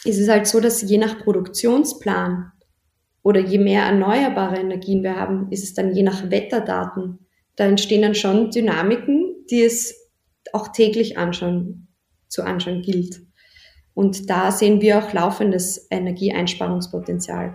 ist es halt so, dass je nach Produktionsplan oder je mehr erneuerbare Energien wir haben, ist es dann je nach Wetterdaten. Da entstehen dann schon Dynamiken, die es auch täglich zu anschauen gilt. Und da sehen wir auch laufendes Energieeinsparungspotenzial.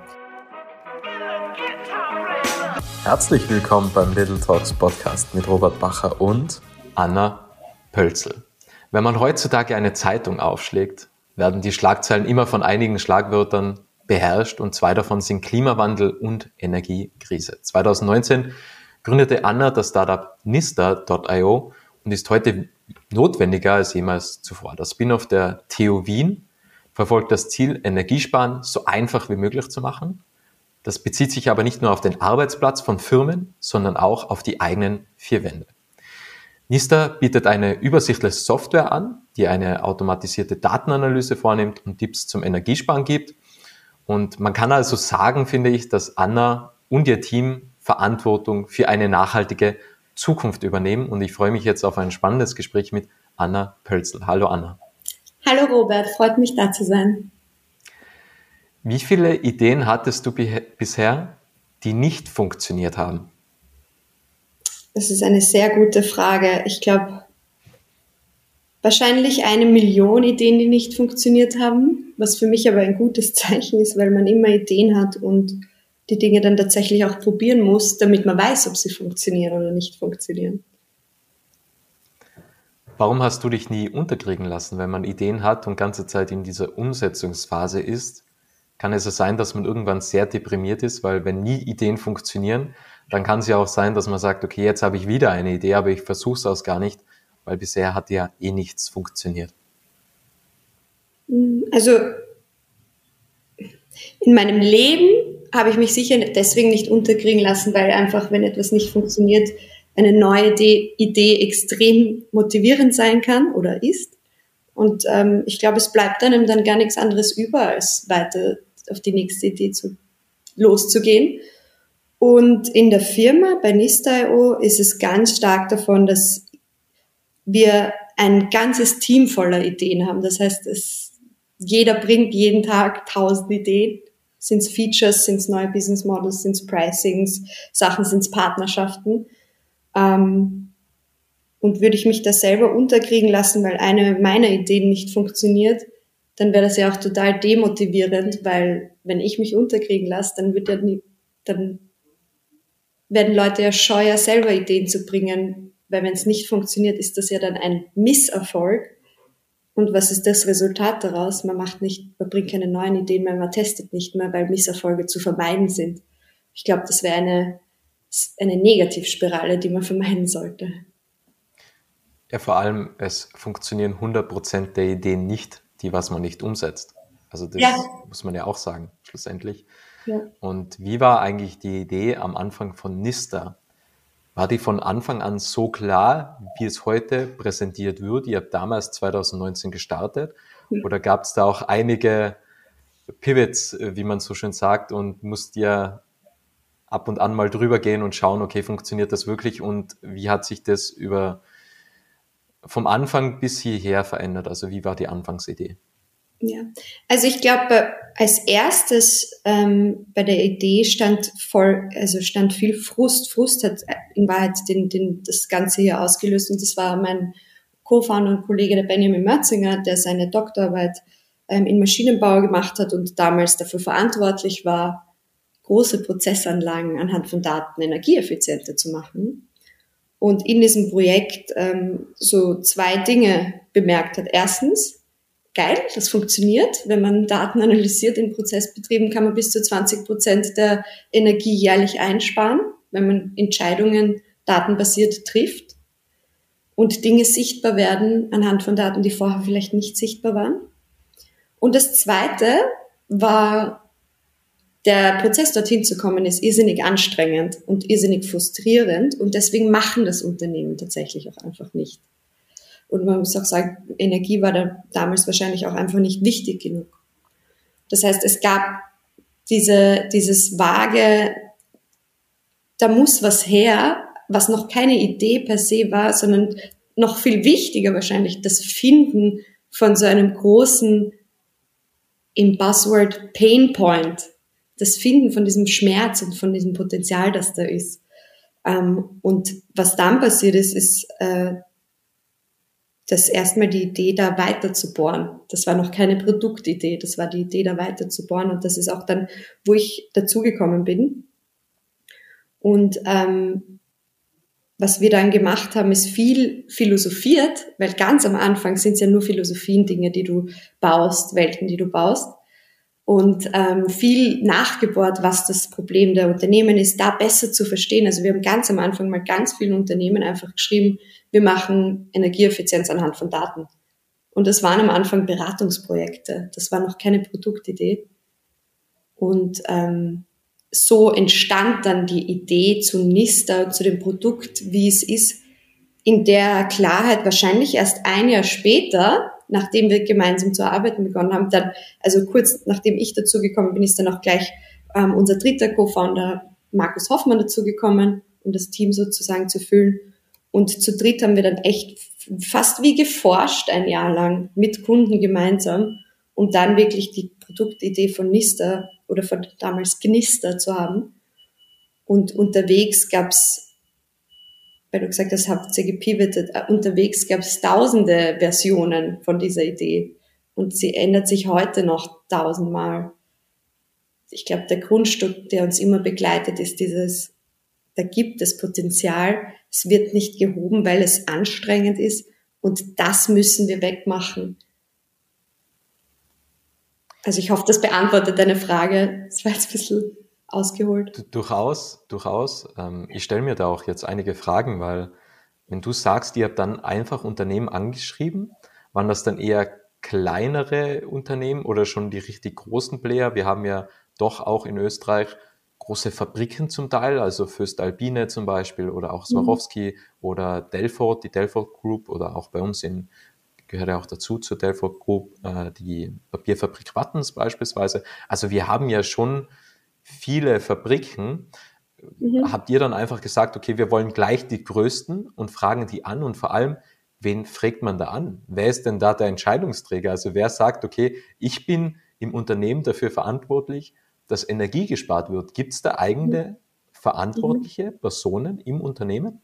Herzlich willkommen beim Little Talks Podcast mit Robert Bacher und Anna Pölzl. Wenn man heutzutage eine Zeitung aufschlägt, werden die Schlagzeilen immer von einigen Schlagwörtern beherrscht und zwei davon sind Klimawandel und Energiekrise. 2019 gründete Anna das Startup Nista.io und ist heute notwendiger als jemals zuvor. Das Spin-off der TU Wien verfolgt das Ziel, Energiesparen so einfach wie möglich zu machen. Das bezieht sich aber nicht nur auf den Arbeitsplatz von Firmen, sondern auch auf die eigenen vier Wände. Nista bietet eine übersichtliche Software an, die eine automatisierte Datenanalyse vornimmt und Tipps zum Energiesparen gibt. Und man kann also sagen, finde ich, dass Anna und ihr Team Verantwortung für eine nachhaltige Zukunft übernehmen. Und ich freue mich jetzt auf ein spannendes Gespräch mit Anna Pölzl. Hallo Anna. Hallo Robert, freut mich da zu sein. Wie viele Ideen hattest du bisher, die nicht funktioniert haben? Das ist eine sehr gute Frage. Ich glaube, wahrscheinlich 1 Million Ideen, die nicht funktioniert haben, was für mich aber ein gutes Zeichen ist, weil man immer Ideen hat und die Dinge dann tatsächlich auch probieren muss, damit man weiß, ob sie funktionieren oder nicht funktionieren. Warum hast du dich nie unterkriegen lassen, wenn man Ideen hat und ganze Zeit in dieser Umsetzungsphase ist? Kann es ja sein, dass man irgendwann sehr deprimiert ist, weil wenn nie Ideen funktionieren, dann kann es ja auch sein, dass man sagt, okay, jetzt habe ich wieder eine Idee, aber ich versuche es auch gar nicht, weil bisher hat ja eh nichts funktioniert. Also in meinem Leben habe ich mich sicher deswegen nicht unterkriegen lassen, weil einfach, wenn etwas nicht funktioniert, eine neue Idee extrem motivierend sein kann oder ist. Und ich glaube, es bleibt einem dann gar nichts anderes über, als weiter auf die nächste Idee loszugehen. Und in der Firma, bei Nista.io, ist es ganz stark davon, dass wir ein ganzes Team voller Ideen haben. Das heißt, jeder bringt jeden Tag 1000 Ideen. Sind es Features, sind es neue Business Models, sind es Pricings, Sachen, sind es Partnerschaften. Und würde ich mich da selber unterkriegen lassen, weil eine meiner Ideen nicht funktioniert, dann wäre das ja auch total demotivierend, weil wenn ich mich unterkriegen lasse, dann werden Leute ja scheuer, selber Ideen zu bringen, weil wenn es nicht funktioniert, ist das ja dann ein Misserfolg. Und was ist das Resultat daraus? Man bringt keine neuen Ideen mehr, man testet nicht mehr, weil Misserfolge zu vermeiden sind. Ich glaube, das wäre eine Negativspirale, die man vermeiden sollte. Ja, vor allem, es funktionieren 100% der Ideen nicht, was man nicht umsetzt. Also das muss man ja auch sagen, schlussendlich. Ja. Und wie war eigentlich die Idee am Anfang von Nista? War die von Anfang an so klar, wie es heute präsentiert wird? Ihr habt damals 2019 gestartet. Oder gab es da auch einige Pivots, wie man so schön sagt, und musst ihr ab und an mal drüber gehen und schauen, okay, funktioniert das wirklich? Und wie hat sich das vom Anfang bis hierher verändert? Also wie war die Anfangsidee? Ja, also ich glaube, als erstes bei der Idee stand viel Frust. Frust hat in Wahrheit das Ganze hier ausgelöst und das war mein Co-Founder und Kollege, der Benjamin Mörzinger, der seine Doktorarbeit in Maschinenbau gemacht hat und damals dafür verantwortlich war, große Prozessanlagen anhand von Daten energieeffizienter zu machen. Und in diesem Projekt so 2 Dinge bemerkt hat. Erstens, geil, das funktioniert. Wenn man Daten analysiert in Prozessbetrieben, kann man bis zu 20% der Energie jährlich einsparen, wenn man Entscheidungen datenbasiert trifft und Dinge sichtbar werden anhand von Daten, die vorher vielleicht nicht sichtbar waren. Und das Zweite war, der Prozess dorthin zu kommen, ist irrsinnig anstrengend und irrsinnig frustrierend und deswegen machen das Unternehmen tatsächlich auch einfach nicht. Und man muss auch sagen, Energie war da damals wahrscheinlich auch einfach nicht wichtig genug. Das heißt, es gab dieses vage, da muss was her, was noch keine Idee per se war, sondern noch viel wichtiger wahrscheinlich das Finden von so einem großen im Buzzword Pain Point, das Finden von diesem Schmerz und von diesem Potenzial, das da ist. Und was dann passiert ist, dass erstmal die Idee, da weiter zu bohren. Das war noch keine Produktidee, das war die Idee, da weiter zu bohren. Und das ist auch dann, wo ich dazugekommen bin. Und was wir dann gemacht haben, ist viel philosophiert, weil ganz am Anfang sind es ja nur Philosophien, Dinge, die du baust, Welten, die du baust. Und viel nachgebohrt, was das Problem der Unternehmen ist, da besser zu verstehen. Also wir haben ganz am Anfang mal ganz vielen Unternehmen einfach geschrieben, wir machen Energieeffizienz anhand von Daten. Und das waren am Anfang Beratungsprojekte. Das war noch keine Produktidee. Und so entstand dann die Idee zu Nista, zu dem Produkt, wie es ist, in der Klarheit wahrscheinlich erst ein Jahr später, nachdem wir gemeinsam zu arbeiten begonnen haben, dann, also kurz nachdem ich dazugekommen bin, ist dann auch gleich unser dritter Co-Founder Markus Hoffmann dazugekommen, um das Team sozusagen zu füllen. Und zu dritt haben wir dann echt fast wie geforscht ein Jahr lang mit Kunden gemeinsam, um dann wirklich die Produktidee von Nista oder von damals Gnista zu haben. Und unterwegs gab's, weil du gesagt hast, habt ihr gepivotet, unterwegs gab's tausende Versionen von dieser Idee. Und sie ändert sich heute noch tausendmal. Ich glaube, der Grundstück, der uns immer begleitet, ist dieses, da gibt es Potenzial, es wird nicht gehoben, weil es anstrengend ist und das müssen wir wegmachen. Also ich hoffe, das beantwortet deine Frage. Das war jetzt ein bisschen ausgeholt. Durchaus. Ich stelle mir da auch jetzt einige Fragen, weil wenn du sagst, ihr habt dann einfach Unternehmen angeschrieben, waren das dann eher kleinere Unternehmen oder schon die richtig großen Player? Wir haben ja doch auch in Österreich große Fabriken zum Teil, also voestalpine zum Beispiel oder auch Swarovski oder Delfort, die Delfort Group oder auch bei uns gehört ja auch dazu zur Delfort Group, die Papierfabrik Wattens beispielsweise. Also wir haben ja schon viele Fabriken. Habt ihr dann einfach gesagt, okay, wir wollen gleich die größten und fragen die an und vor allem, wen fragt man da an? Wer ist denn da der Entscheidungsträger? Also wer sagt, okay, ich bin im Unternehmen dafür verantwortlich, dass Energie gespart wird? Gibt es da eigene verantwortliche Personen im Unternehmen?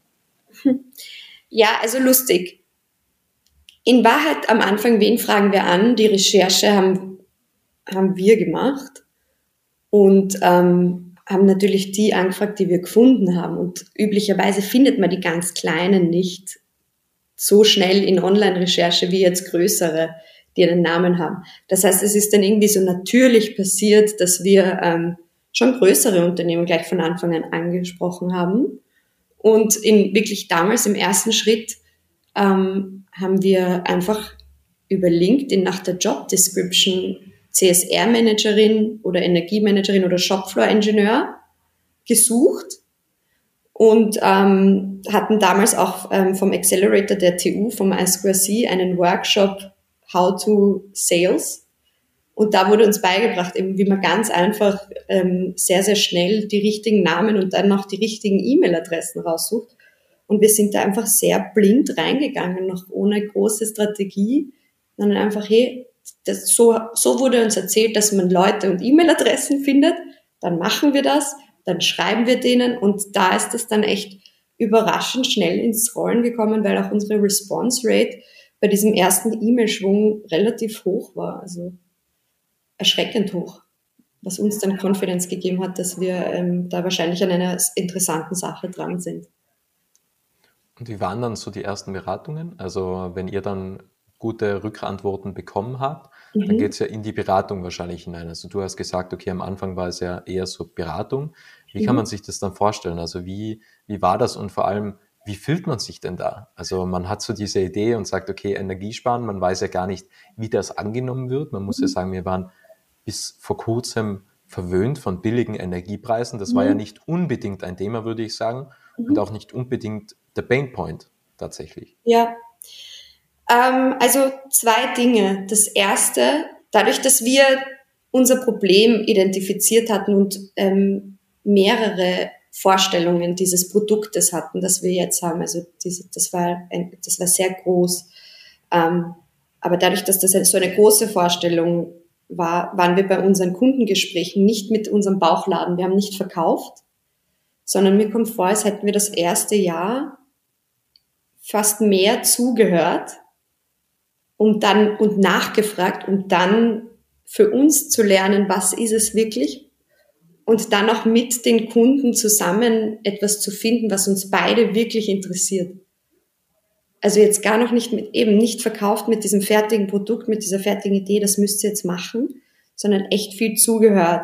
Ja, also lustig. In Wahrheit am Anfang, wen fragen wir an? Die Recherche haben wir gemacht und haben natürlich die angefragt, die wir gefunden haben. Und üblicherweise findet man die ganz Kleinen nicht so schnell in Online-Recherche wie jetzt größere, die einen Namen haben. Das heißt, es ist dann irgendwie so natürlich passiert, dass wir schon größere Unternehmen gleich von Anfang an angesprochen haben. Und wirklich damals im ersten Schritt haben wir einfach über LinkedIn nach der Job Description CSR-Managerin oder Energiemanagerin oder Shopfloor-Ingenieur gesucht und hatten damals auch vom Accelerator der TU, vom I2C, einen Workshop How to Sales. Und da wurde uns beigebracht, eben wie man ganz einfach sehr, sehr schnell die richtigen Namen und dann noch die richtigen E-Mail-Adressen raussucht. Und wir sind da einfach sehr blind reingegangen, noch ohne große Strategie, sondern einfach, hey, so wurde uns erzählt, dass man Leute und E-Mail-Adressen findet, dann machen wir das, dann schreiben wir denen und da ist das dann echt überraschend schnell ins Rollen gekommen, weil auch unsere Response Rate bei diesem ersten E-Mail-Schwung relativ hoch war, also erschreckend hoch, was uns dann Confidence gegeben hat, dass wir da wahrscheinlich an einer interessanten Sache dran sind. Und wie waren dann so die ersten Beratungen? Also wenn ihr dann gute Rückantworten bekommen habt, dann geht es ja in die Beratung wahrscheinlich hinein. Also du hast gesagt, okay, am Anfang war es ja eher so Beratung. Wie kann man sich das dann vorstellen? Also wie war das und vor allem, wie fühlt man sich denn da? Also man hat so diese Idee und sagt, okay, Energiesparen, man weiß ja gar nicht, wie das angenommen wird. Man muss ja sagen, wir waren bis vor kurzem verwöhnt von billigen Energiepreisen. Das war ja nicht unbedingt ein Thema, würde ich sagen, und auch nicht unbedingt der Painpoint tatsächlich. Ja, also zwei Dinge. Das erste, dadurch, dass wir unser Problem identifiziert hatten und mehrere Vorstellungen dieses Produktes hatten, das wir jetzt haben, also das war sehr groß. Aber dadurch, dass das so eine große Vorstellung waren wir bei unseren Kundengesprächen nicht mit unserem Bauchladen. Wir haben nicht verkauft, sondern mir kommt vor, als hätten wir das erste Jahr fast mehr zugehört und nachgefragt, um dann für uns zu lernen, was ist es wirklich, und dann auch mit den Kunden zusammen etwas zu finden, was uns beide wirklich interessiert. Also jetzt gar noch nicht nicht verkauft mit diesem fertigen Produkt, mit dieser fertigen Idee, das müsst ihr jetzt machen, sondern echt viel zugehört.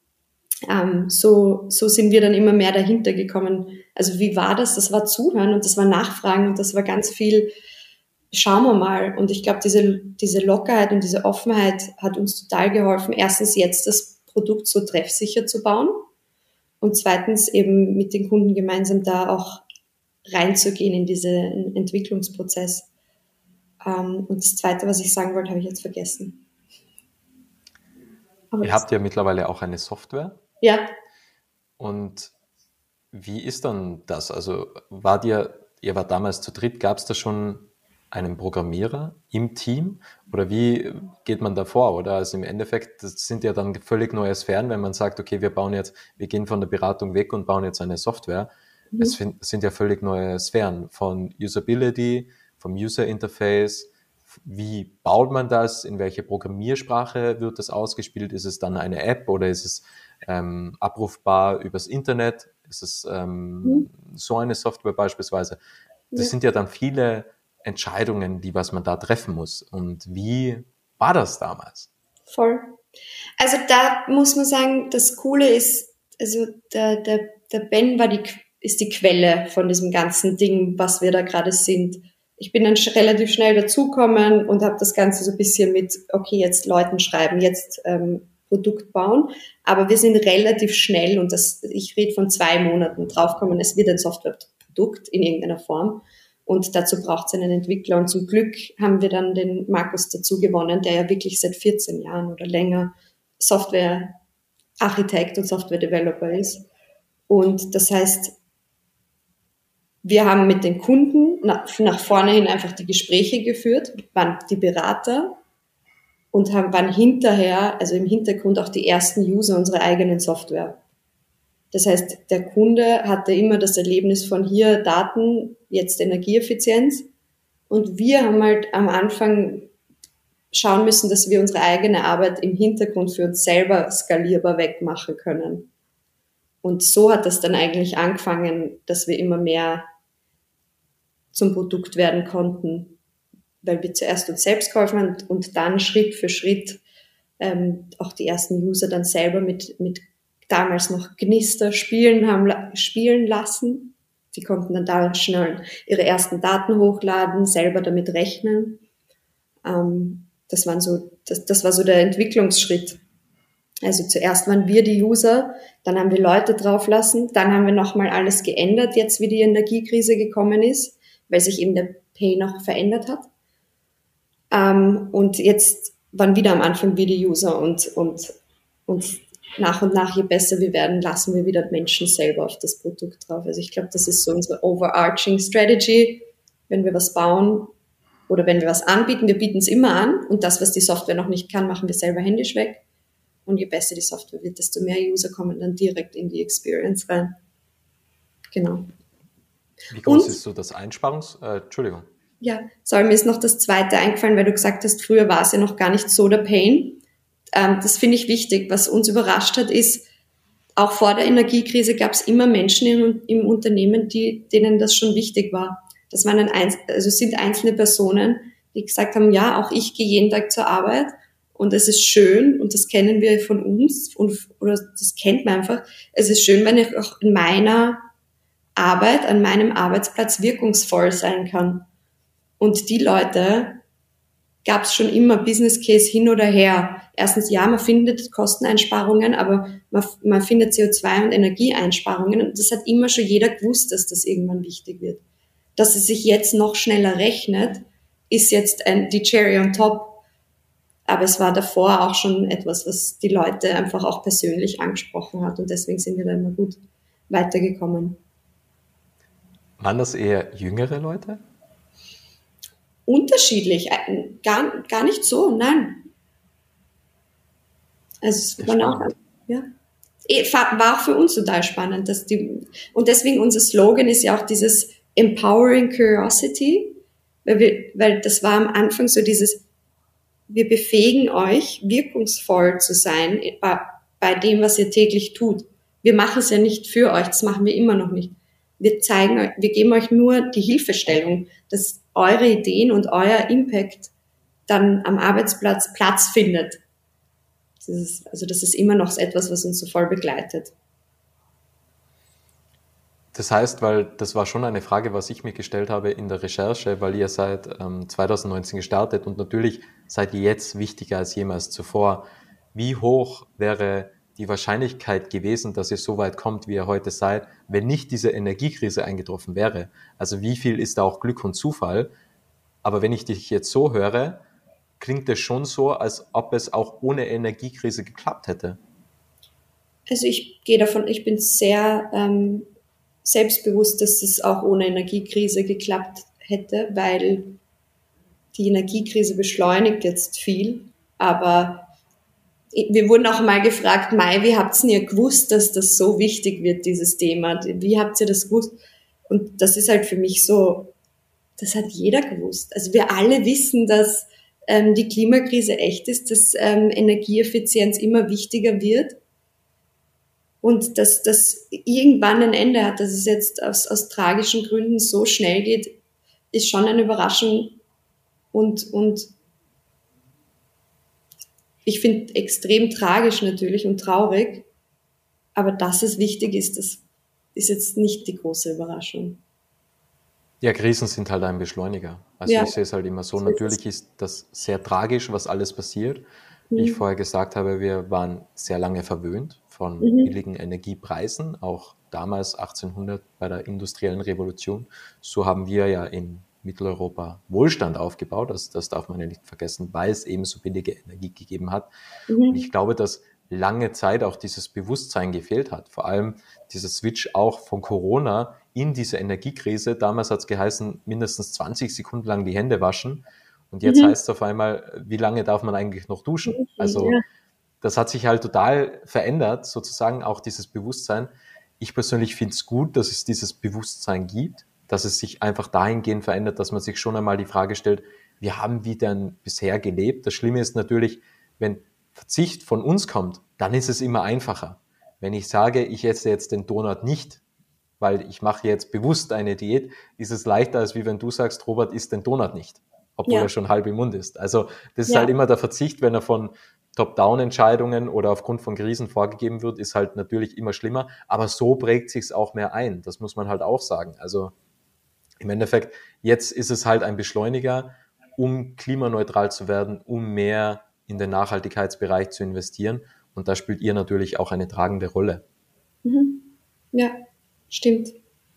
So sind wir dann immer mehr dahinter gekommen. Also wie war das? Das war Zuhören und das war Nachfragen und das war ganz viel, schauen wir mal. Und ich glaube, diese Lockerheit und diese Offenheit hat uns total geholfen. Erstens jetzt das Produkt so treffsicher zu bauen und zweitens eben mit den Kunden gemeinsam da auch reinzugehen in diesen Entwicklungsprozess. Und das Zweite, was ich sagen wollte, habe ich jetzt vergessen. Ihr habt ja mittlerweile auch eine Software. Ja. Und wie ist dann das? Also ihr wart damals zu dritt, gab es da schon einen Programmierer im Team? Oder wie geht man da vor? Oder also im Endeffekt, das sind ja dann völlig neue Sphären, wenn man sagt, okay, wir gehen von der Beratung weg und bauen jetzt eine Software. Es sind ja völlig neue Sphären von Usability, vom User Interface. Wie baut man das? In welche Programmiersprache wird das ausgespielt? Ist es dann eine App oder ist es abrufbar übers Internet? Ist es so eine Software beispielsweise? Das sind ja dann viele Entscheidungen, was man da treffen muss. Und wie war das damals? Voll. Also da muss man sagen, das Coole ist, also der Ben ist die Quelle von diesem ganzen Ding, was wir da gerade sind. Ich bin dann relativ schnell dazugekommen und habe das Ganze so ein bisschen mit, okay, jetzt Leuten schreiben, jetzt Produkt bauen. Aber wir sind relativ schnell, und ich rede von 2 Monaten, draufkommen, es wird ein Softwareprodukt in irgendeiner Form. Und dazu braucht es einen Entwickler. Und zum Glück haben wir dann den Markus dazu gewonnen, der ja wirklich seit 14 Jahren oder länger Software-Architekt und Software-Developer ist. Und das heißt, wir haben mit den Kunden nach vorne hin einfach die Gespräche geführt, waren die Berater und waren hinterher, also im Hintergrund auch die ersten User unserer eigenen Software. Das heißt, der Kunde hatte immer das Erlebnis von hier Daten, jetzt Energieeffizienz. Und wir haben halt am Anfang schauen müssen, dass wir unsere eigene Arbeit im Hintergrund für uns selber skalierbar wegmachen können. Und so hat das dann eigentlich angefangen, dass wir immer mehr zum Produkt werden konnten, weil wir zuerst uns selbst geholfen haben und dann Schritt für Schritt auch die ersten User dann selber mit damals noch Gnister spielen lassen. Die konnten dann da schnell ihre ersten Daten hochladen, selber damit rechnen. Das war so der Entwicklungsschritt. Also zuerst waren wir die User, dann haben wir Leute drauflassen, dann haben wir nochmal alles geändert, jetzt wie die Energiekrise gekommen ist, weil sich eben der Pay noch verändert hat. Und jetzt waren wieder am Anfang wir die User und nach und nach, je besser wir werden, lassen wir wieder Menschen selber auf das Produkt drauf. Also ich glaube, das ist so unsere overarching Strategy, wenn wir was bauen oder wenn wir was anbieten. Wir bieten es immer an und das, was die Software noch nicht kann, machen wir selber händisch weg. Und je besser die Software wird, desto mehr User kommen dann direkt in die Experience rein. Genau. Wie groß ist so das Entschuldigung. Ja, mir ist noch das Zweite eingefallen, weil du gesagt hast, früher war es ja noch gar nicht so der Pain. Das finde ich wichtig. Was uns überrascht hat, ist, auch vor der Energiekrise gab es immer Menschen im Unternehmen, denen das schon wichtig war. Das waren sind einzelne Personen, die gesagt haben, ja, auch ich gehe jeden Tag zur Arbeit und es ist schön und das kennen wir von uns oder das kennt man einfach. Es ist schön, wenn ich auch in meiner Arbeit, an meinem Arbeitsplatz wirkungsvoll sein kann. Und die Leute gab es schon immer, Business Case hin oder her. Erstens, ja, man findet Kosteneinsparungen, aber man findet CO2- und Energieeinsparungen. Und das hat immer schon jeder gewusst, dass das irgendwann wichtig wird. Dass es sich jetzt noch schneller rechnet, ist jetzt die Cherry on top. Aber es war davor auch schon etwas, was die Leute einfach auch persönlich angesprochen hat. Und deswegen sind wir da immer gut weitergekommen. Waren das eher jüngere Leute? Unterschiedlich, gar nicht so, nein. Also es war auch, ja, war auch für uns total spannend, und deswegen unser Slogan ist ja auch dieses Empowering Curiosity, weil das war am Anfang so dieses, wir befähigen euch, wirkungsvoll zu sein bei dem, was ihr täglich tut. Wir machen es ja nicht für euch, das machen wir immer noch nicht. Wir geben euch nur die Hilfestellung, dass eure Ideen und euer Impact dann am Arbeitsplatz Platz findet. Das ist immer noch etwas, was uns so voll begleitet. Das heißt, weil das war schon eine Frage, was ich mir gestellt habe in der Recherche, weil ihr seid 2019 gestartet und natürlich seid ihr jetzt wichtiger als jemals zuvor. Wie hoch wäre die Wahrscheinlichkeit gewesen, dass ihr so weit kommt, wie ihr heute seid, wenn nicht diese Energiekrise eingetroffen wäre? Also wie viel ist da auch Glück und Zufall? Aber wenn ich dich jetzt so höre, klingt es schon so, als ob es auch ohne Energiekrise geklappt hätte. Also ich gehe davon, ich bin sehr selbstbewusst, dass es auch ohne Energiekrise geklappt hätte, weil die Energiekrise beschleunigt jetzt viel. Aber wir wurden auch mal gefragt, Mai, wie habt ihr gewusst, dass das so wichtig wird, dieses Thema? Wie habt ihr das gewusst? Und das ist halt für mich so, das hat jeder gewusst. Also wir alle wissen, dass die Klimakrise echt ist, dass Energieeffizienz immer wichtiger wird und dass das irgendwann ein Ende hat, dass es jetzt aus tragischen Gründen so schnell geht, ist schon eine Überraschung und ich finde extrem tragisch natürlich und traurig, aber dass es wichtig ist, das ist jetzt nicht die große Überraschung. Ja, Krisen sind halt ein Beschleuniger. Also Ja. ich sehe es halt immer so. Natürlich ist das sehr tragisch, was alles passiert. Wie ich vorher gesagt habe, wir waren sehr lange verwöhnt von billigen Energiepreisen, auch damals 1800 bei der industriellen Revolution. So haben wir ja in Mitteleuropa Wohlstand aufgebaut. Das darf man ja nicht vergessen, weil es eben so billige Energie gegeben hat. Und ich glaube, dass lange Zeit auch dieses Bewusstsein gefehlt hat. Vor allem dieser Switch auch von Corona in diese Energiekrise. Damals hat es geheißen, mindestens 20 Sekunden lang die Hände waschen. Und jetzt heißt es auf einmal, wie lange darf man eigentlich noch duschen? Also das hat sich halt total verändert, sozusagen auch dieses Bewusstsein. Ich persönlich finde es gut, dass es dieses Bewusstsein gibt, dass es sich einfach dahingehend verändert, dass man sich schon einmal die Frage stellt, wie haben wir denn bisher gelebt? Das Schlimme ist natürlich, wenn Verzicht von uns kommt, dann ist es immer einfacher. Wenn ich sage, ich esse jetzt den Donut nicht, weil ich mache jetzt bewusst eine Diät, ist es leichter, als wie wenn du sagst, Robert isst den Donut nicht, obwohl er schon halb im Mund ist. Also das ist halt immer der Verzicht, wenn er von Top-Down-Entscheidungen oder aufgrund von Krisen vorgegeben wird, ist halt natürlich immer schlimmer, aber so prägt sich's auch mehr ein. Das muss man halt auch sagen. Also im Endeffekt, jetzt ist es halt ein Beschleuniger, um klimaneutral zu werden, um mehr in den Nachhaltigkeitsbereich zu investieren. Und da spielt ihr natürlich auch eine tragende Rolle. Ja, stimmt.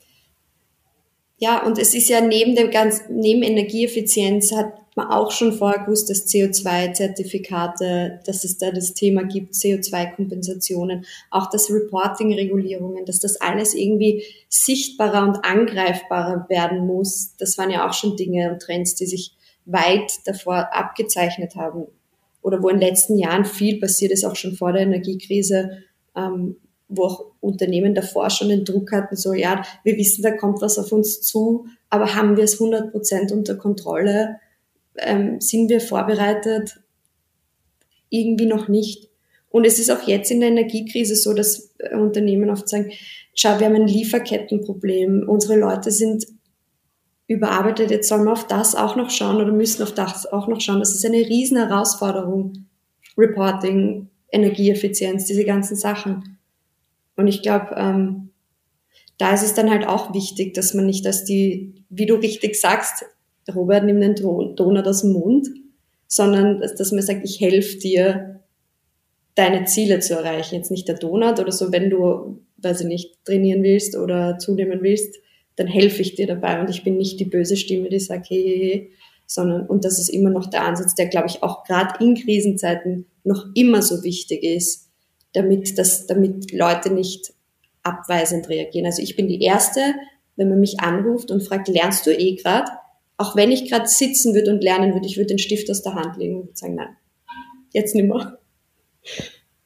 Ja, und es ist ja neben Energieeffizienz hat man auch schon vorher gewusst, dass CO2-Zertifikate, dass es da das Thema gibt, CO2-Kompensationen, auch das Reporting-Regulierungen, dass das alles irgendwie sichtbarer und angreifbarer werden muss. Das waren ja auch schon Dinge und Trends, die sich weit davor abgezeichnet haben oder wo in den letzten Jahren viel passiert ist, auch schon vor der Energiekrise, wo auch Unternehmen davor schon den Druck hatten, so, ja, wir wissen, da kommt was auf uns zu, aber haben wir es 100% unter Kontrolle? Sind wir vorbereitet? Irgendwie noch nicht. Und es ist auch jetzt in der Energiekrise so, dass Unternehmen oft sagen, schau, wir haben ein Lieferkettenproblem, unsere Leute sind überarbeitet, jetzt sollen wir auf das auch noch schauen oder müssen auf das auch noch schauen. Das ist eine riesen Herausforderung. Reporting, Energieeffizienz, diese ganzen Sachen. Und ich glaube, da ist es dann halt auch wichtig, dass man nicht wie du richtig sagst, Robert, nimm den Donut aus dem Mund, sondern dass man sagt, ich helfe dir, deine Ziele zu erreichen. Jetzt nicht der Donut oder so, wenn du, weiß ich nicht, trainieren willst oder zunehmen willst, dann helfe ich dir dabei und ich bin nicht die böse Stimme, die sagt, hey, sondern, und das ist immer noch der Ansatz, der, glaube ich, auch gerade in Krisenzeiten noch immer so wichtig ist, damit Leute nicht abweisend reagieren. Also ich bin die Erste, wenn man mich anruft und fragt, lernst du gerade? Auch wenn ich gerade sitzen würde und lernen würde, ich würde den Stift aus der Hand legen und sagen, nein, jetzt nicht mehr.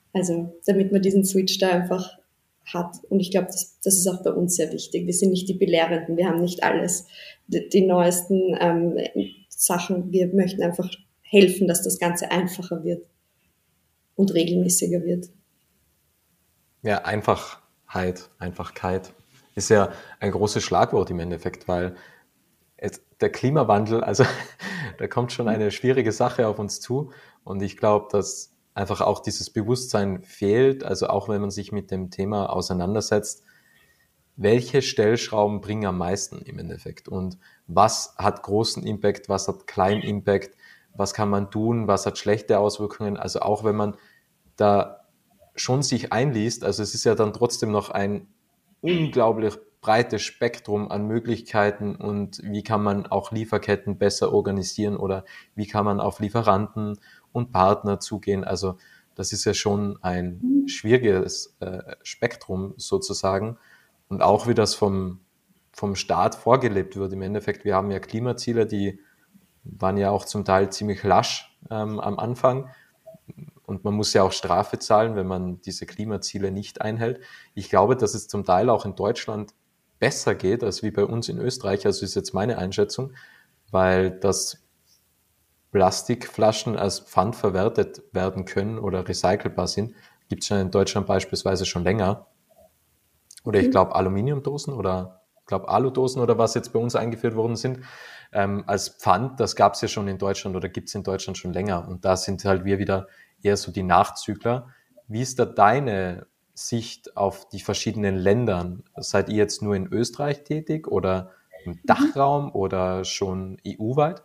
Also damit man diesen Switch da einfach hat. Und ich glaube, das ist auch bei uns sehr wichtig. Wir sind nicht die Belehrenden, wir haben nicht alles, die neuesten Sachen. Wir möchten einfach helfen, dass das Ganze einfacher wird und regelmäßiger wird. Ja, Einfachkeit ist ja ein großes Schlagwort im Endeffekt, weil der Klimawandel, also da kommt schon eine schwierige Sache auf uns zu und ich glaube, dass einfach auch dieses Bewusstsein fehlt, also auch wenn man sich mit dem Thema auseinandersetzt, welche Stellschrauben bringen am meisten im Endeffekt und was hat großen Impact, was hat kleinen Impact, was kann man tun, was hat schlechte Auswirkungen, also auch wenn man da schon sich einliest, also es ist ja dann trotzdem noch ein unglaublich breites Spektrum an Möglichkeiten und wie kann man auch Lieferketten besser organisieren oder wie kann man auf Lieferanten und Partner zugehen. Also das ist ja schon ein schwieriges Spektrum sozusagen und auch wie das vom Staat vorgelebt wird. Im Endeffekt, wir haben ja Klimaziele, die waren ja auch zum Teil ziemlich lasch am Anfang. Und man muss ja auch Strafe zahlen, wenn man diese Klimaziele nicht einhält. Ich glaube, dass es zum Teil auch in Deutschland besser geht als wie bei uns in Österreich. Also ist jetzt meine Einschätzung, weil das Plastikflaschen als Pfand verwertet werden können oder recycelbar sind, gibt es ja in Deutschland beispielsweise schon länger. Oder ich glaube Aluminiumdosen oder ich glaube Aludosen oder was jetzt bei uns eingeführt worden sind, als Pfand, das gab es ja schon in Deutschland oder gibt es in Deutschland schon länger. Und da sind halt wir wieder eher so die Nachzügler. Wie ist da deine Sicht auf die verschiedenen Ländern? Seid ihr jetzt nur in Österreich tätig oder im Dachraum oder schon EU-weit?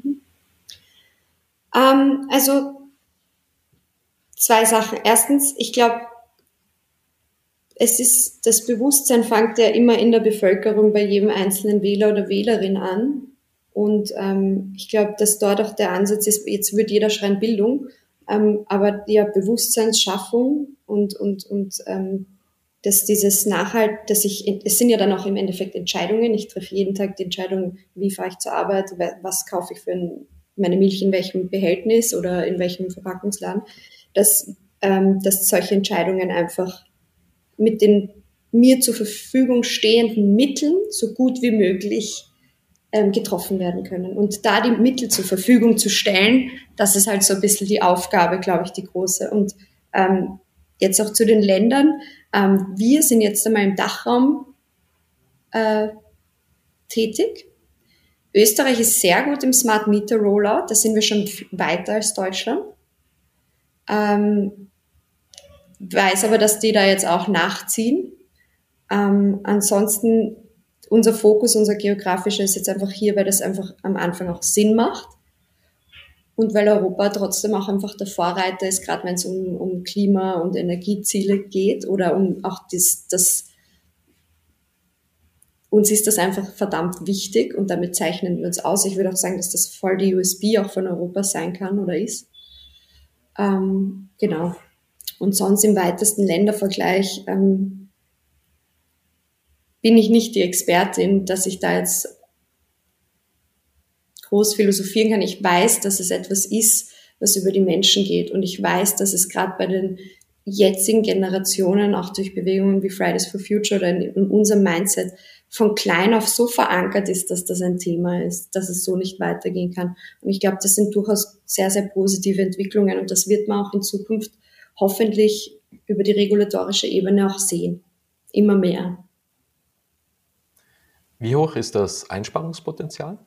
Also zwei Sachen. Erstens, ich glaube, das Bewusstsein fängt ja immer in der Bevölkerung bei jedem einzelnen Wähler oder Wählerin an. Und ich glaube, dass dort auch der Ansatz ist, jetzt wird jeder schreien Bildung, aber ja, Bewusstseinsschaffung und dass dieses es sind ja dann auch im Endeffekt Entscheidungen. Ich treffe jeden Tag die Entscheidung, wie fahre ich zur Arbeit, was kaufe ich meine Milch in welchem Behältnis oder in welchem Verpackungsladen, dass solche Entscheidungen einfach mit den mir zur Verfügung stehenden Mitteln so gut wie möglich getroffen werden können. Und da die Mittel zur Verfügung zu stellen, das ist halt so ein bisschen die Aufgabe, glaube ich, die große. Und jetzt auch zu den Ländern. Wir sind jetzt einmal im Dachraum tätig. Österreich ist sehr gut im Smart Meter Rollout, da sind wir schon weiter als Deutschland. Weiß aber, dass die da jetzt auch nachziehen. Ansonsten unser Fokus, unser geografischer ist jetzt einfach hier, weil das einfach am Anfang auch Sinn macht und weil Europa trotzdem auch einfach der Vorreiter ist, gerade wenn es um Klima- und Energieziele geht oder um auch uns ist das einfach verdammt wichtig und damit zeichnen wir uns aus. Ich würde auch sagen, dass das voll die USP auch von Europa sein kann oder ist. Genau. Und sonst im weitesten Ländervergleich bin ich nicht die Expertin, dass ich da jetzt groß philosophieren kann. Ich weiß, dass es etwas ist, was über die Menschen geht. Und ich weiß, dass es gerade bei den jetzigen Generationen, auch durch Bewegungen wie Fridays for Future oder in unserem Mindset, von klein auf so verankert ist, dass das ein Thema ist, dass es so nicht weitergehen kann. Und ich glaube, das sind durchaus sehr, sehr positive Entwicklungen. Und das wird man auch in Zukunft hoffentlich über die regulatorische Ebene auch sehen. Immer mehr. Wie hoch ist das Einsparungspotenzial?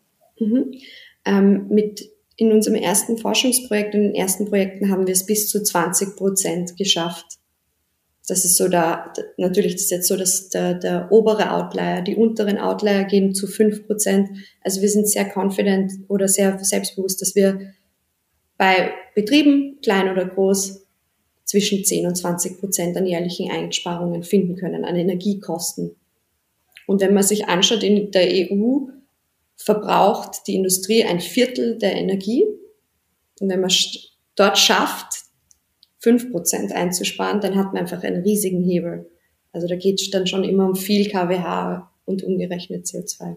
In unserem ersten Forschungsprojekt, in den ersten Projekten haben wir es bis zu 20% geschafft. Das ist so natürlich das ist jetzt so, dass der obere Outlier, die unteren Outlier gehen zu 5%. Also wir sind sehr confident oder sehr selbstbewusst, dass wir bei Betrieben, klein oder groß, zwischen 10 und 20% an jährlichen Einsparungen finden können, an Energiekosten. Und wenn man sich anschaut, in der EU verbraucht die Industrie 1/4 der Energie. Und wenn man dort schafft, 5% einzusparen, dann hat man einfach einen riesigen Hebel. Also da geht es dann schon immer um viel kWh und umgerechnet CO2.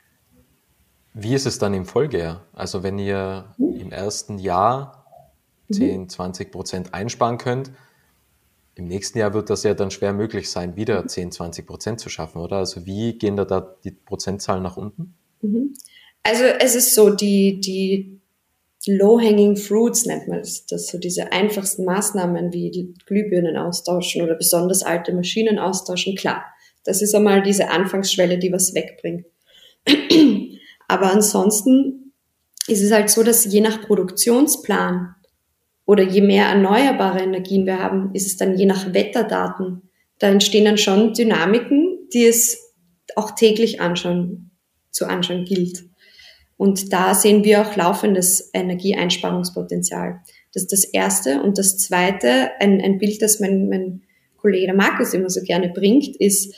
Wie ist es dann im Folgejahr? Also wenn ihr im ersten Jahr 10-20% einsparen könnt, im nächsten Jahr wird das ja dann schwer möglich sein, wieder 10-20% zu schaffen, oder? Also wie gehen da die Prozentzahlen nach unten? Also es ist so, die Low-hanging fruits nennt man es, dass so diese einfachsten Maßnahmen wie die Glühbirnen austauschen oder besonders alte Maschinen austauschen, klar. Das ist einmal diese Anfangsschwelle, die was wegbringt. Aber ansonsten ist es halt so, dass je nach Produktionsplan oder je mehr erneuerbare Energien wir haben, ist es dann je nach Wetterdaten. Da entstehen dann schon Dynamiken, die es auch täglich zu anschauen gilt. Und da sehen wir auch laufendes Energieeinsparungspotenzial. Das ist das Erste. Und das Zweite, ein Bild, das mein Kollege der Markus immer so gerne bringt, ist,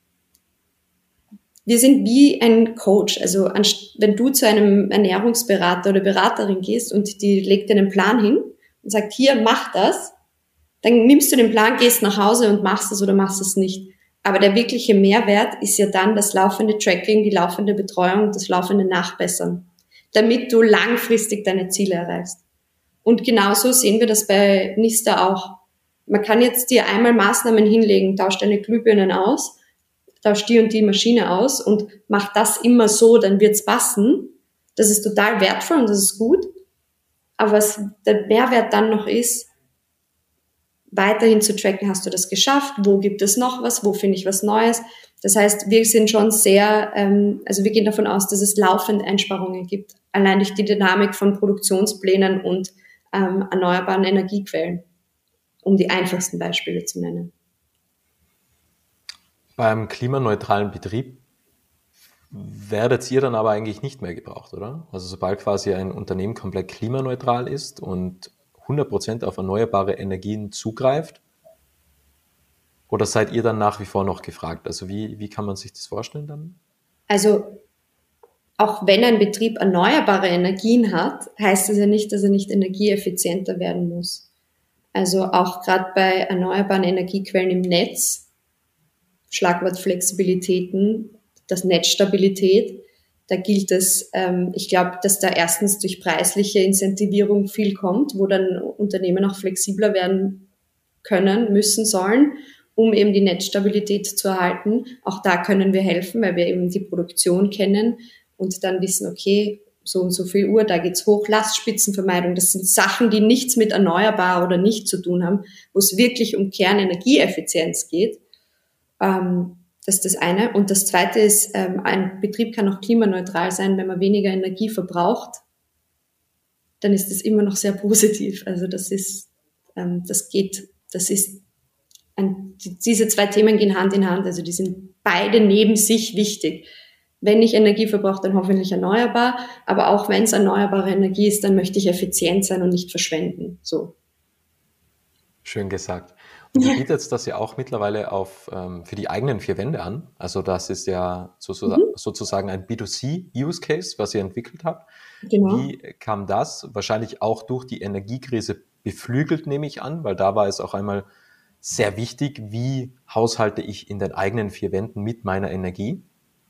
wir sind wie ein Coach. Also wenn du zu einem Ernährungsberater oder Beraterin gehst und die legt dir einen Plan hin und sagt, hier, mach das, dann nimmst du den Plan, gehst nach Hause und machst es oder machst es nicht. Aber der wirkliche Mehrwert ist ja dann das laufende Tracking, die laufende Betreuung, das laufende Nachbessern, damit du langfristig deine Ziele erreichst. Und genauso sehen wir das bei Nista auch. Man kann jetzt dir einmal Maßnahmen hinlegen, tausch deine Glühbirnen aus, tausch die und die Maschine aus und mach das immer so, dann wird's passen. Das ist total wertvoll und das ist gut. Aber was der Mehrwert dann noch ist, weiterhin zu tracken, hast du das geschafft, wo gibt es noch was, wo finde ich was Neues. Das heißt, wir sind schon sehr, also wir gehen davon aus, dass es laufend Einsparungen gibt, allein durch die Dynamik von Produktionsplänen und erneuerbaren Energiequellen, um die einfachsten Beispiele zu nennen. Beim klimaneutralen Betrieb werdet ihr dann aber eigentlich nicht mehr gebraucht, oder? Also sobald quasi ein Unternehmen komplett klimaneutral ist und 100% auf erneuerbare Energien zugreift? Oder seid ihr dann nach wie vor noch gefragt? Also wie kann man sich das vorstellen dann? Also auch wenn ein Betrieb erneuerbare Energien hat, heißt das ja nicht, dass er nicht energieeffizienter werden muss. Also auch gerade bei erneuerbaren Energiequellen im Netz, Schlagwort Flexibilitäten, das Netzstabilität, da gilt es, ich glaube, dass da erstens durch preisliche Incentivierung viel kommt, wo dann Unternehmen auch flexibler werden können, müssen, sollen, um eben die Netzstabilität zu erhalten. Auch da können wir helfen, weil wir eben die Produktion kennen und dann wissen, okay, so und so viel Uhr, da geht's hoch, Lastspitzenvermeidung. Das sind Sachen, die nichts mit erneuerbar oder nicht zu tun haben, wo es wirklich um Kernenergieeffizienz geht. Das ist das eine. Und das zweite ist, ein Betrieb kann auch klimaneutral sein, wenn man weniger Energie verbraucht, dann ist das immer noch sehr positiv. Also diese zwei Themen gehen Hand in Hand. Also die sind beide neben sich wichtig. Wenn ich Energie verbrauche, dann hoffentlich erneuerbar. Aber auch wenn es erneuerbare Energie ist, dann möchte ich effizient sein und nicht verschwenden. So. Schön gesagt. Und ihr bietet das ja auch mittlerweile für die eigenen vier Wände an. Also das ist ja sozusagen ein B2C-Use-Case, was ihr entwickelt habt. Genau. Wie kam das? Wahrscheinlich auch durch die Energiekrise beflügelt, nehme ich an, weil da war es auch einmal sehr wichtig, wie haushalte ich in den eigenen vier Wänden mit meiner Energie.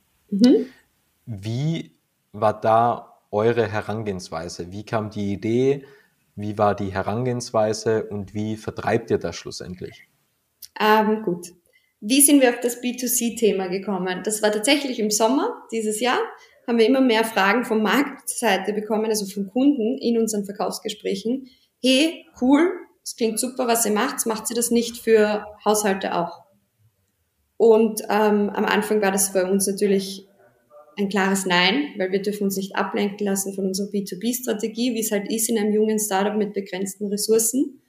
Wie war da eure Herangehensweise? Wie kam die Idee? Wie war die Herangehensweise und wie vertreibt ihr das schlussendlich? Gut. Wie sind wir auf das B2C-Thema gekommen? Das war tatsächlich im Sommer dieses Jahr. Haben wir immer mehr Fragen von Marktseite bekommen, also von Kunden in unseren Verkaufsgesprächen. Hey, cool, es klingt super, was ihr macht ihr das nicht für Haushalte auch? Und am Anfang war das bei uns natürlich ein klares Nein, weil wir dürfen uns nicht ablenken lassen von unserer B2B-Strategie, wie es halt ist in einem jungen Startup mit begrenzten Ressourcen.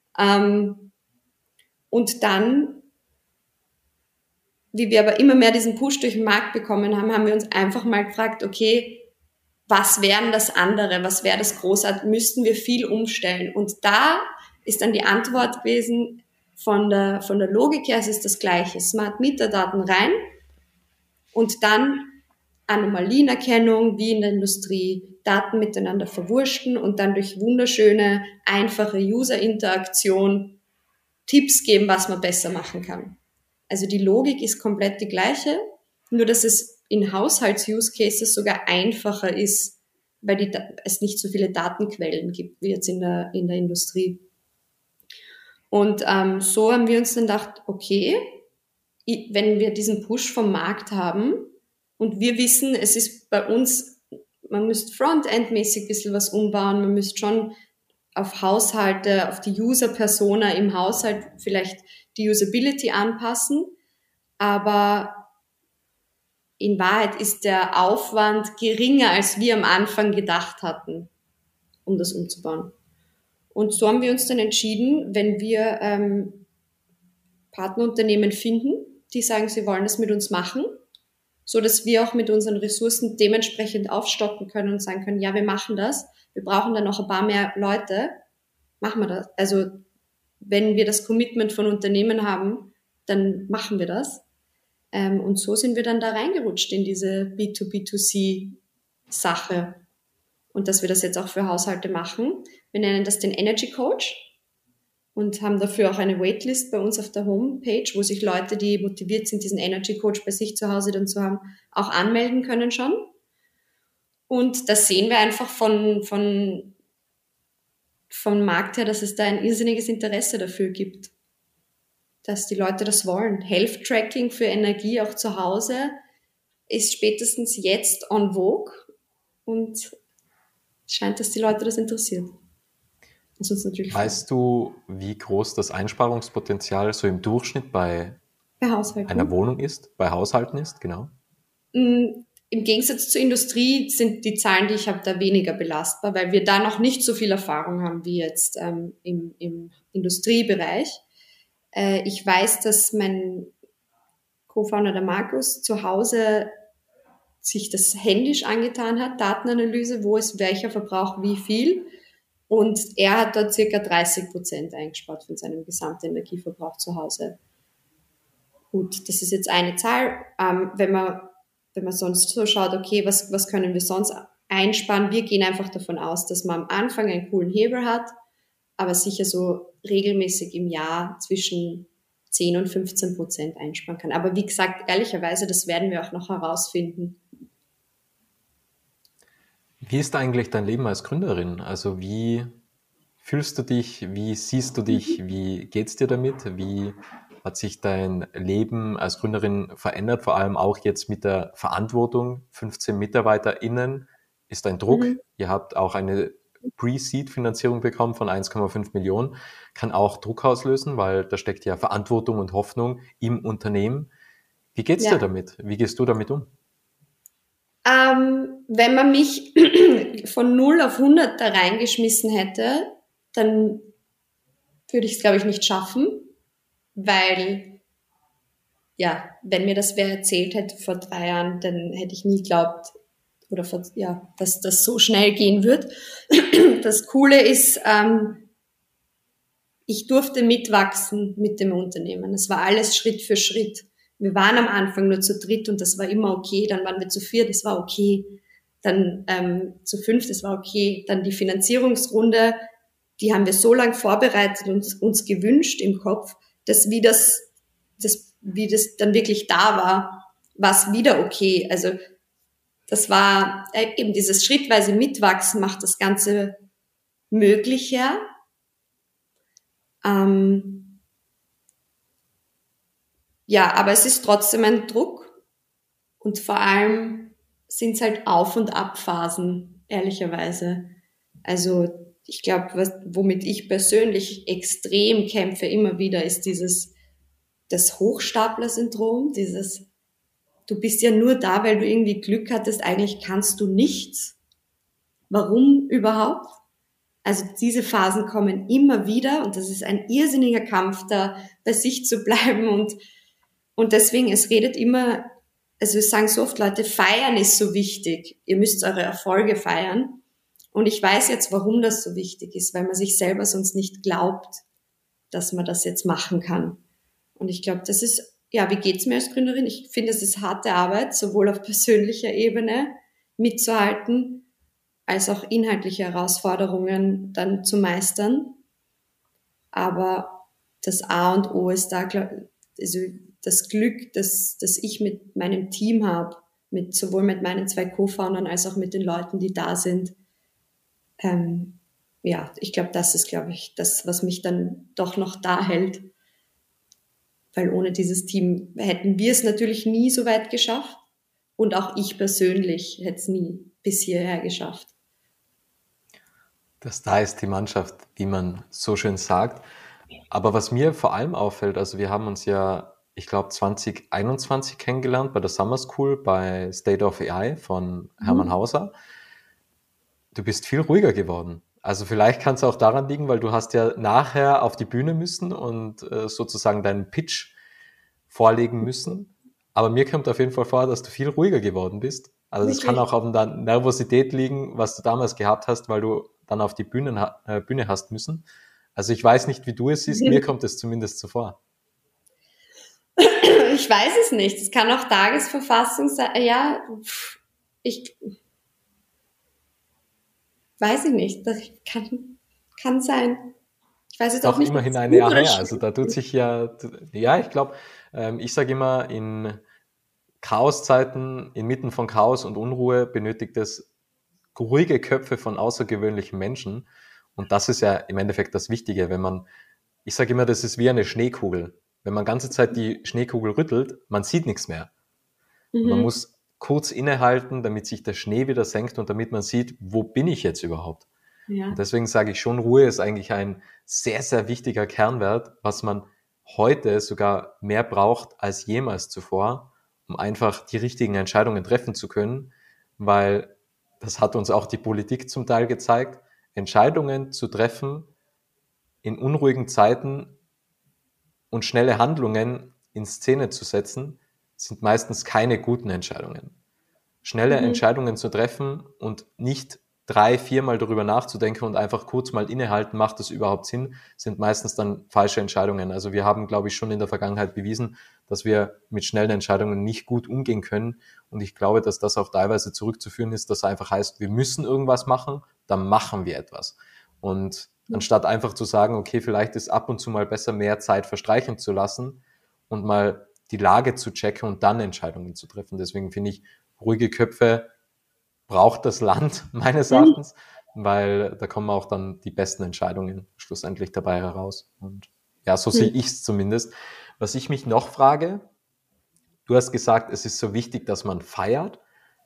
Und dann, wie wir aber immer mehr diesen Push durch den Markt bekommen haben, haben wir uns einfach mal gefragt, okay, was wären das andere, was wäre das Großartige, müssten wir viel umstellen? Und da ist dann die Antwort gewesen, von der Logik her, es ist das Gleiche. Smart Meter Daten rein und dann Anomalienerkennung wie in der Industrie, Daten miteinander verwurschten und dann durch wunderschöne, einfache User-Interaktion Tipps geben, was man besser machen kann. Also die Logik ist komplett die gleiche, nur dass es in Haushalts-Use-Cases sogar einfacher ist, weil es nicht so viele Datenquellen gibt wie jetzt in der Industrie. Und so haben wir uns dann gedacht, okay, wenn wir diesen Push vom Markt haben und wir wissen, es ist bei uns, man müsste Frontend-mäßig ein bisschen was umbauen, man müsste schon auf Haushalte, auf die User-Persona im Haushalt vielleicht die Usability anpassen, aber in Wahrheit ist der Aufwand geringer, als wir am Anfang gedacht hatten, um das umzubauen. Und so haben wir uns dann entschieden, wenn wir Partnerunternehmen finden, die sagen, sie wollen das mit uns machen, so dass wir auch mit unseren Ressourcen dementsprechend aufstocken können und sagen können, ja, wir machen das. Wir brauchen dann noch ein paar mehr Leute. Machen wir das. Also, wenn wir das Commitment von Unternehmen haben, dann machen wir das. Und so sind wir dann da reingerutscht in diese B2B2C-Sache. Und dass wir das jetzt auch für Haushalte machen. Wir nennen das den Energy Coach und haben dafür auch eine Waitlist bei uns auf der Homepage, wo sich Leute, die motiviert sind, diesen Energy Coach bei sich zu Hause dann zu haben, auch anmelden können schon. Und da sehen wir einfach vom Markt her, dass es da ein irrsinniges Interesse dafür gibt, dass die Leute das wollen. Health Tracking für Energie auch zu Hause ist spätestens jetzt en vogue und es scheint, dass die Leute das interessiert. Das ist natürlich weißt du, wie groß das Einsparungspotenzial so im Durchschnitt bei einer Wohnung ist, bei Haushalten ist, genau? Im Gegensatz zur Industrie sind die Zahlen, die ich habe, da weniger belastbar, weil wir da noch nicht so viel Erfahrung haben wie jetzt im Industriebereich. Ich weiß, dass mein Co-Founder, der Markus, zu Hause sich das händisch angetan hat, Datenanalyse, wo ist welcher Verbrauch wie viel. Und er hat dort circa 30% eingespart von seinem gesamten Energieverbrauch zu Hause. Gut, das ist jetzt eine Zahl. Wenn man sonst so schaut, okay, was können wir sonst einsparen? Wir gehen einfach davon aus, dass man am Anfang einen coolen Hebel hat, aber sicher so regelmäßig im Jahr zwischen 10 und 15% einsparen kann. Aber wie gesagt, ehrlicherweise, das werden wir auch noch herausfinden. Wie ist eigentlich dein Leben als Gründerin? Also wie fühlst du dich? Wie siehst du dich? Wie geht's dir damit? Wie hat sich dein Leben als Gründerin verändert? Vor allem auch jetzt mit der Verantwortung. 15 MitarbeiterInnen ist ein Druck. Ihr habt auch eine Pre-Seed-Finanzierung bekommen von 1,5 Millionen. Kann auch Druck auslösen, weil da steckt ja Verantwortung und Hoffnung im Unternehmen. Wie geht's dir damit? Wie gehst du damit um? Wenn man mich von 0 auf 100 da reingeschmissen hätte, dann würde ich es, glaube ich, nicht schaffen, weil, ja, wenn mir das wer erzählt hätte vor 3 Jahren, dann hätte ich nie geglaubt, dass das so schnell gehen wird. Das Coole ist, ich durfte mitwachsen mit dem Unternehmen. Es war alles Schritt für Schritt. Wir waren am Anfang nur zu dritt und das war immer okay. Dann waren wir zu 4, das war okay. Dann zu 5, das war okay. Dann die Finanzierungsrunde, die haben wir so lange vorbereitet und uns gewünscht im Kopf, dass wie das dann wirklich da war es wieder okay. Also das war eben dieses schrittweise Mitwachsen macht das Ganze möglicher. Ja, aber es ist trotzdem ein Druck und vor allem sind es halt Auf- und Abphasen, ehrlicherweise. Also ich glaube, womit ich persönlich extrem kämpfe immer wieder, ist das Hochstapler-Syndrom, du bist ja nur da, weil du irgendwie Glück hattest, eigentlich kannst du nichts. Warum überhaupt? Also diese Phasen kommen immer wieder und das ist ein irrsinniger Kampf, da bei sich zu bleiben und deswegen, es sagen so oft Leute, feiern ist so wichtig. Ihr müsst eure Erfolge feiern. Und ich weiß jetzt, warum das so wichtig ist, weil man sich selber sonst nicht glaubt, dass man das jetzt machen kann. Und ich glaube, das ist, ja, wie geht's mir als Gründerin? Ich finde, es ist harte Arbeit, sowohl auf persönlicher Ebene mitzuhalten, als auch inhaltliche Herausforderungen dann zu meistern. Aber das A und O ist da, also das Glück, das ich mit meinem Team habe, sowohl mit meinen 2 Co-Foundern als auch mit den Leuten, die da sind. Ja, ich glaube, das ist, das, was mich dann doch noch da hält. Weil ohne dieses Team hätten wir es natürlich nie so weit geschafft. Und auch ich persönlich hätte es nie bis hierher geschafft. Das da ist die Mannschaft, wie man so schön sagt. Aber was mir vor allem auffällt, also wir haben uns ja, ich glaube, 2021 kennengelernt bei der Summer School bei State of AI von Hermann Hauser. Du bist viel ruhiger geworden. Also vielleicht kann es auch daran liegen, weil du hast ja nachher auf die Bühne müssen und sozusagen deinen Pitch vorlegen müssen. Aber mir kommt auf jeden Fall vor, dass du viel ruhiger geworden bist. Also das kann auch an der Nervosität liegen, was du damals gehabt hast, weil du dann auf die Bühne hast müssen. Also ich weiß nicht, wie du es siehst, mir kommt es zumindest so vor. Ich weiß es nicht. Es kann auch Tagesverfassung sein. Ja, ich weiß ich nicht. Das kann sein. Ich weiß jetzt auch nicht. Immerhin ein Jahr her. Also da tut sich ja, ich glaube, ich sage immer, in Chaoszeiten, inmitten von Chaos und Unruhe benötigt es ruhige Köpfe von außergewöhnlichen Menschen. Und das ist ja im Endeffekt das Wichtige, ich sage immer, das ist wie eine Schneekugel. Wenn man ganze Zeit die Schneekugel rüttelt, man sieht nichts mehr. Man muss kurz innehalten, damit sich der Schnee wieder senkt und damit man sieht, wo bin ich jetzt überhaupt? Ja. Und deswegen sage ich schon, Ruhe ist eigentlich ein sehr, sehr wichtiger Kernwert, was man heute sogar mehr braucht als jemals zuvor, um einfach die richtigen Entscheidungen treffen zu können, weil das hat uns auch die Politik zum Teil gezeigt, Entscheidungen zu treffen in unruhigen Zeiten und schnelle Handlungen in Szene zu setzen, sind meistens keine guten Entscheidungen. Schnelle Entscheidungen zu treffen und nicht 3-4 Mal darüber nachzudenken und einfach kurz mal innehalten, macht das überhaupt Sinn, sind meistens dann falsche Entscheidungen. Also wir haben, glaube ich, schon in der Vergangenheit bewiesen, dass wir mit schnellen Entscheidungen nicht gut umgehen können. Und ich glaube, dass das auch teilweise zurückzuführen ist, dass einfach heißt, wir müssen irgendwas machen, dann machen wir etwas. Und anstatt einfach zu sagen, okay, vielleicht ist ab und zu mal besser, mehr Zeit verstreichen zu lassen und mal die Lage zu checken und dann Entscheidungen zu treffen. Deswegen finde ich, ruhige Köpfe braucht das Land meines Erachtens, weil da kommen auch dann die besten Entscheidungen schlussendlich dabei heraus. Und ja, so sehe ich es zumindest. Was ich mich noch frage, du hast gesagt, es ist so wichtig, dass man feiert.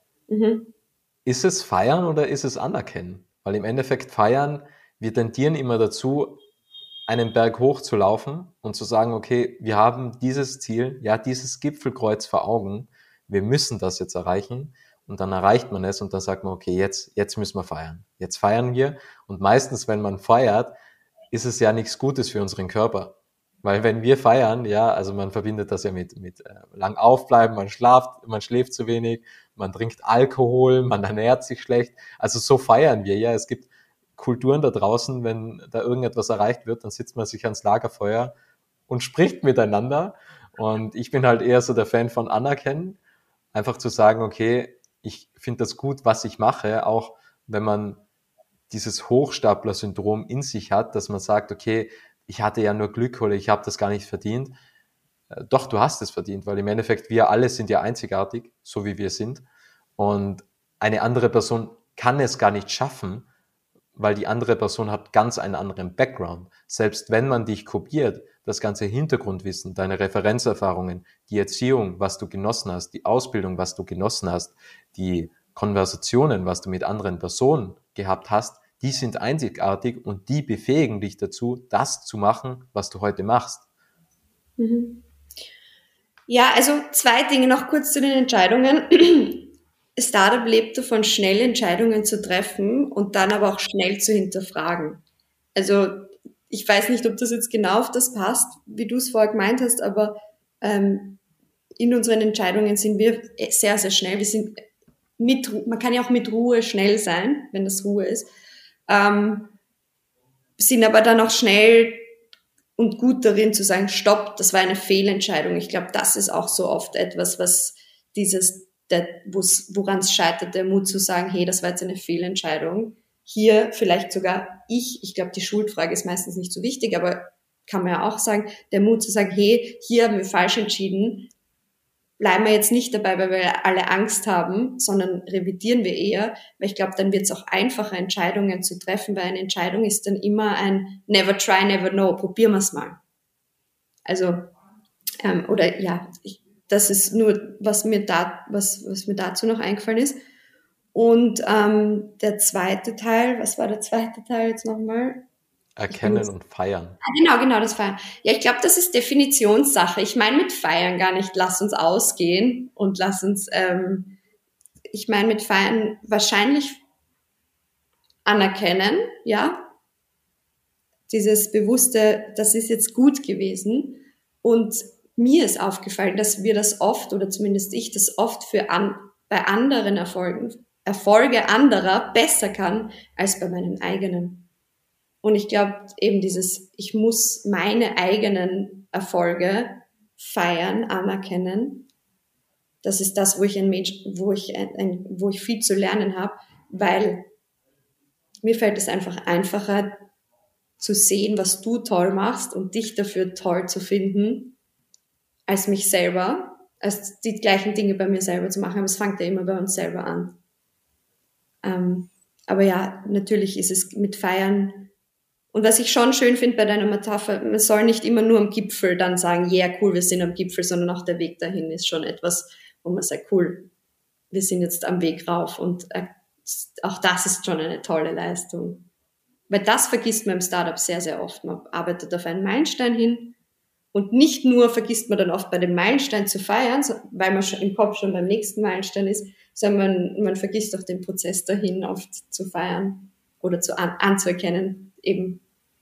Ist es feiern oder ist es anerkennen? Weil im Endeffekt feiern, wir tendieren immer dazu, einen Berg hochzulaufen und zu sagen, okay, wir haben dieses Ziel, ja, dieses Gipfelkreuz vor Augen, wir müssen das jetzt erreichen und dann erreicht man es und dann sagt man, okay, jetzt müssen wir feiern. Jetzt feiern wir und meistens, wenn man feiert, ist es ja nichts Gutes für unseren Körper. Weil wenn wir feiern, ja, also man verbindet das ja mit lang aufbleiben, man schläft zu wenig, man trinkt Alkohol, man ernährt sich schlecht. Also so feiern wir, ja. Es gibt Kulturen da draußen, wenn da irgendetwas erreicht wird, dann sitzt man sich ans Lagerfeuer und spricht miteinander. Und ich bin halt eher so der Fan von Anerkennen. Einfach zu sagen, okay, ich finde das gut, was ich mache, auch wenn man dieses Hochstapler-Syndrom in sich hat, dass man sagt, okay, ich hatte ja nur Glück oder ich habe das gar nicht verdient. Doch, du hast es verdient, weil im Endeffekt wir alle sind ja einzigartig, so wie wir sind. Und eine andere Person kann es gar nicht schaffen, weil die andere Person hat ganz einen anderen Background. Selbst wenn man dich kopiert, das ganze Hintergrundwissen, deine Referenzerfahrungen, die Erziehung, was du genossen hast, die Ausbildung, was du genossen hast, die Konversationen, was du mit anderen Personen gehabt hast, die sind einzigartig und die befähigen dich dazu, das zu machen, was du heute machst. Ja, also 2 Dinge noch kurz zu den Entscheidungen. Startup lebt davon, schnell Entscheidungen zu treffen und dann aber auch schnell zu hinterfragen. Also ich weiß nicht, ob das jetzt genau auf das passt, wie du es vorher gemeint hast, aber in unseren Entscheidungen sind wir sehr, sehr schnell. Wir sind man kann ja auch mit Ruhe schnell sein, wenn das Ruhe ist, sind aber dann auch schnell und gut darin zu sagen, stopp, das war eine Fehlentscheidung. Ich glaube, das ist auch so oft etwas, was woran es scheitert, der Mut zu sagen, hey, das war jetzt eine Fehlentscheidung. Hier vielleicht sogar ich glaube, die Schuldfrage ist meistens nicht so wichtig, aber kann man ja auch sagen, der Mut zu sagen, hey, hier haben wir falsch entschieden, bleiben wir jetzt nicht dabei, weil wir alle Angst haben, sondern revidieren wir eher, weil ich glaube, dann wird es auch einfacher, Entscheidungen zu treffen, weil eine Entscheidung ist dann immer ein never try, never know, probieren wir es mal. Also, das ist nur, was mir dazu noch eingefallen ist. Und der zweite Teil, was war der zweite Teil jetzt nochmal? Erkennen und feiern. Genau, das Feiern. Ja, ich glaube, das ist Definitionssache. Ich meine mit Feiern gar nicht, lass uns ausgehen und ich meine mit Feiern wahrscheinlich anerkennen, ja, dieses bewusste, das ist jetzt gut gewesen. Und mir ist aufgefallen, dass wir das oft, oder zumindest ich das oft bei anderen Erfolge anderer besser kann als bei meinen eigenen. Und ich glaube eben ich muss meine eigenen Erfolge feiern, anerkennen. Das ist das, wo ich viel zu lernen habe, weil mir fällt es einfach einfacher zu sehen, was du toll machst und dich dafür toll zu finden, als mich selber, als die gleichen Dinge bei mir selber zu machen. Aber es fängt ja immer bei uns selber an. Aber ja, natürlich ist es mit Feiern. Und was ich schon schön finde bei deiner Metapher, man soll nicht immer nur am Gipfel dann sagen, ja, yeah, cool, wir sind am Gipfel, sondern auch der Weg dahin ist schon etwas, wo man sagt, cool, wir sind jetzt am Weg rauf. Und auch das ist schon eine tolle Leistung. Weil das vergisst man im Startup sehr, sehr oft. Man arbeitet auf einen Meilenstein hin und nicht nur vergisst man dann oft bei dem Meilenstein zu feiern, weil man schon im Kopf schon beim nächsten Meilenstein ist, sondern man vergisst auch den Prozess dahin oft zu feiern oder anzuerkennen eben.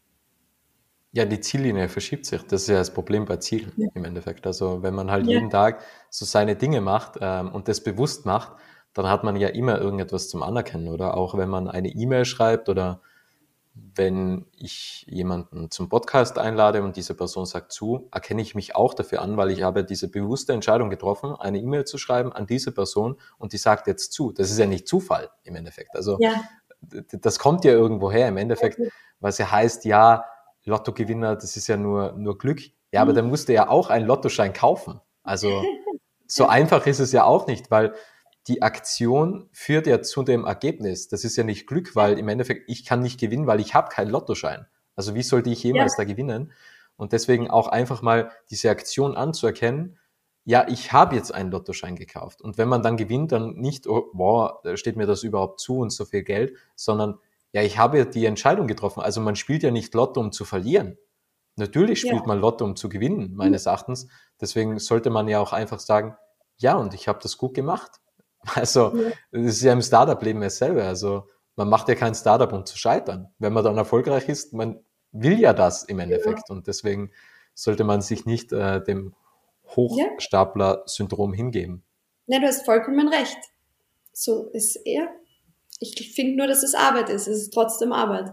Ja, die Ziellinie verschiebt sich. Das ist ja das Problem bei Zielen im Endeffekt. Also wenn man halt jeden Tag so seine Dinge macht und das bewusst macht, dann hat man ja immer irgendetwas zum Anerkennen, oder? Auch wenn man eine E-Mail schreibt oder wenn ich jemanden zum Podcast einlade und diese Person sagt zu, erkenne ich mich auch dafür an, weil ich habe diese bewusste Entscheidung getroffen, eine E-Mail zu schreiben an diese Person und die sagt jetzt zu. Das ist ja nicht Zufall im Endeffekt. Also das kommt ja irgendwo her im Endeffekt, was ja heißt, ja, Lottogewinner, das ist ja nur Glück. Ja, aber dann musst du ja auch einen Lottoschein kaufen. Also so einfach ist es ja auch nicht, weil die Aktion führt ja zu dem Ergebnis. Das ist ja nicht Glück, weil im Endeffekt ich kann nicht gewinnen, weil ich habe keinen Lottoschein. Also wie sollte ich jemals da gewinnen? Und deswegen auch einfach mal diese Aktion anzuerkennen, ja, ich habe jetzt einen Lottoschein gekauft. Und wenn man dann gewinnt, dann nicht, oh, boah, steht mir das überhaupt zu und so viel Geld, sondern ja, ich habe die Entscheidung getroffen. Also man spielt ja nicht Lotto, um zu verlieren. Natürlich spielt man Lotto, um zu gewinnen, meines Erachtens. Deswegen sollte man ja auch einfach sagen, ja, und ich habe das gut gemacht. Also das ist ja im Startup-Leben dasselbe. Also man macht ja kein Startup, um zu scheitern. Wenn man dann erfolgreich ist, man will ja das im Endeffekt. Und deswegen sollte man sich nicht dem Hochstapler-Syndrom hingeben. Ja, du hast vollkommen recht. So ist er. Ich finde nur, dass es Arbeit ist. Es ist trotzdem Arbeit.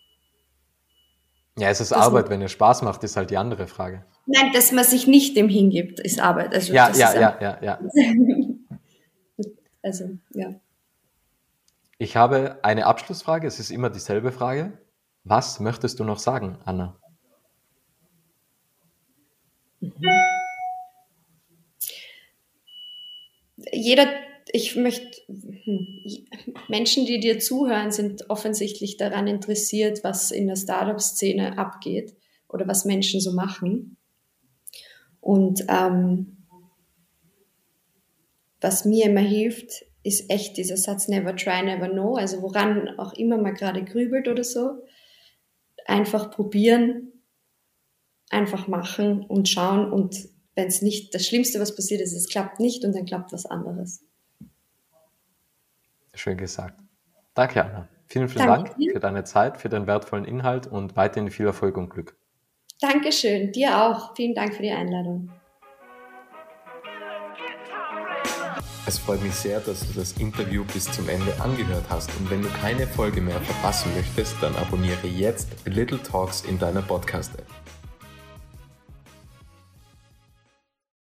Ja, es ist Arbeit. Wenn es Spaß macht, ist halt die andere Frage. Nein, dass man sich nicht dem hingibt, ist Arbeit. Also, ja. Also, ja. Ich habe eine Abschlussfrage. Es ist immer dieselbe Frage. Was möchtest du noch sagen, Anna? Menschen, die dir zuhören, sind offensichtlich daran interessiert, was in der Startup-Szene abgeht oder was Menschen so machen. Und was mir immer hilft, ist echt dieser Satz never try, never know. Also woran auch immer man gerade grübelt oder so, einfach probieren, einfach machen und schauen. Und wenn es nicht, das Schlimmste, was passiert ist, es klappt nicht und dann klappt was anderes. Schön gesagt. Danke, Anna. Vielen Dank für deine Zeit, für deinen wertvollen Inhalt und weiterhin viel Erfolg und Glück. Dankeschön, dir auch. Vielen Dank für die Einladung. Es freut mich sehr, dass du das Interview bis zum Ende angehört hast, und wenn du keine Folge mehr verpassen möchtest, dann abonniere jetzt Little Talks in deiner Podcast-App.